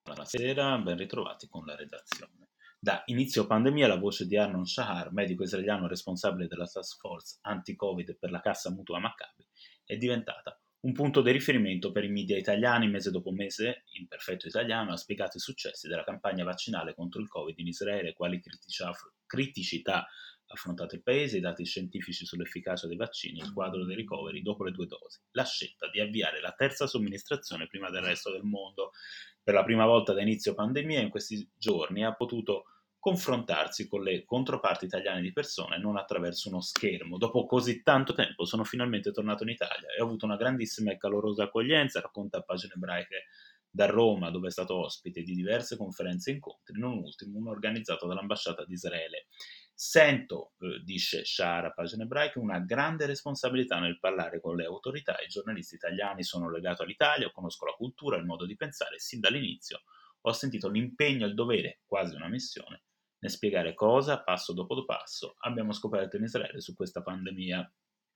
Buonasera, ben ritrovati con la redazione. Da inizio pandemia la voce di Arnon Shahar, medico israeliano responsabile della task force anti-Covid per la cassa mutua Maccabi, è diventata un punto di riferimento per i media italiani. Mese dopo mese, in perfetto italiano, ha spiegato i successi della campagna vaccinale contro il Covid in Israele, quali criticità ha affrontato il paese, i dati scientifici sull'efficacia dei vaccini, il quadro dei ricoveri dopo le 2 dosi, la scelta di avviare la terza somministrazione prima del resto del mondo. Per la prima volta da inizio pandemia in questi giorni ha potuto confrontarsi con le controparti italiane di persona e non attraverso uno schermo. Dopo così tanto tempo sono finalmente tornato in Italia e ho avuto una grandissima e calorosa accoglienza, racconta a Pagine Ebraiche da Roma, dove è stato ospite di diverse conferenze e incontri, non ultimo uno organizzato dall'ambasciata di Israele. Sento, dice Shahar a Pagine Ebraiche, una grande responsabilità nel parlare con le autorità. I giornalisti italiani sono legati all'Italia, conosco la cultura, il modo di pensare, e sin dall'inizio ho sentito l'impegno e il dovere, quasi una missione, nel spiegare cosa, passo dopo passo, abbiamo scoperto in Israele su questa pandemia.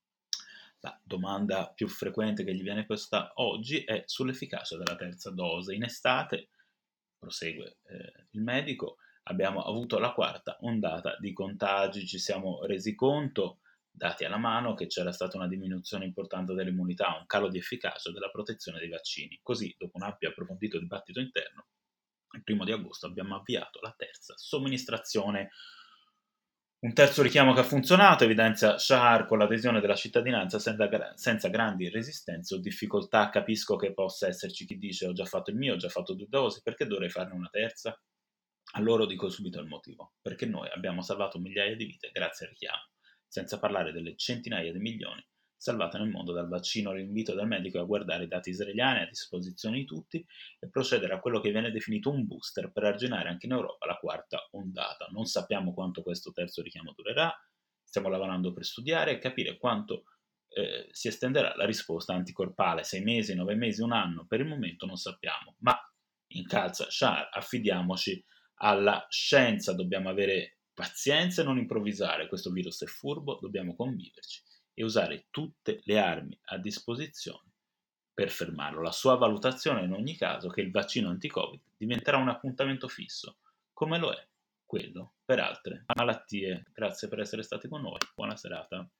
La domanda più frequente che gli viene posta oggi è sull'efficacia della terza dose. In estate, prosegue il medico, abbiamo avuto la quarta ondata di contagi, ci siamo resi conto, dati alla mano, che c'era stata una diminuzione importante dell'immunità, un calo di efficacia della protezione dei vaccini. Così, dopo un ampio e approfondito dibattito interno, il 1° di agosto abbiamo avviato la terza somministrazione. Un terzo richiamo che ha funzionato, evidenzia Shahar, con l'adesione della cittadinanza senza grandi resistenze o difficoltà. Capisco che possa esserci chi dice: ho già fatto il mio, ho già fatto 2 dosi, perché dovrei farne una terza? A loro dico subito il motivo: perché noi abbiamo salvato migliaia di vite grazie al richiamo, senza parlare delle centinaia di milioni salvate nel mondo dal vaccino. L'invito del medico è a guardare i dati israeliani a disposizione di tutti e procedere a quello che viene definito un booster per arginare anche in Europa la quarta ondata. Non sappiamo quanto questo terzo richiamo durerà, stiamo lavorando per studiare e capire quanto si estenderà la risposta anticorpale, 6 mesi, 9 mesi, un anno, per il momento non sappiamo, ma incalza Shahar, affidiamoci alla scienza, dobbiamo avere pazienza e non improvvisare, questo virus è furbo, dobbiamo conviverci e usare tutte le armi a disposizione per fermarlo. La sua valutazione in ogni caso è che il vaccino anti-Covid diventerà un appuntamento fisso, come lo è quello per altre malattie. Grazie per essere stati con noi, buona serata.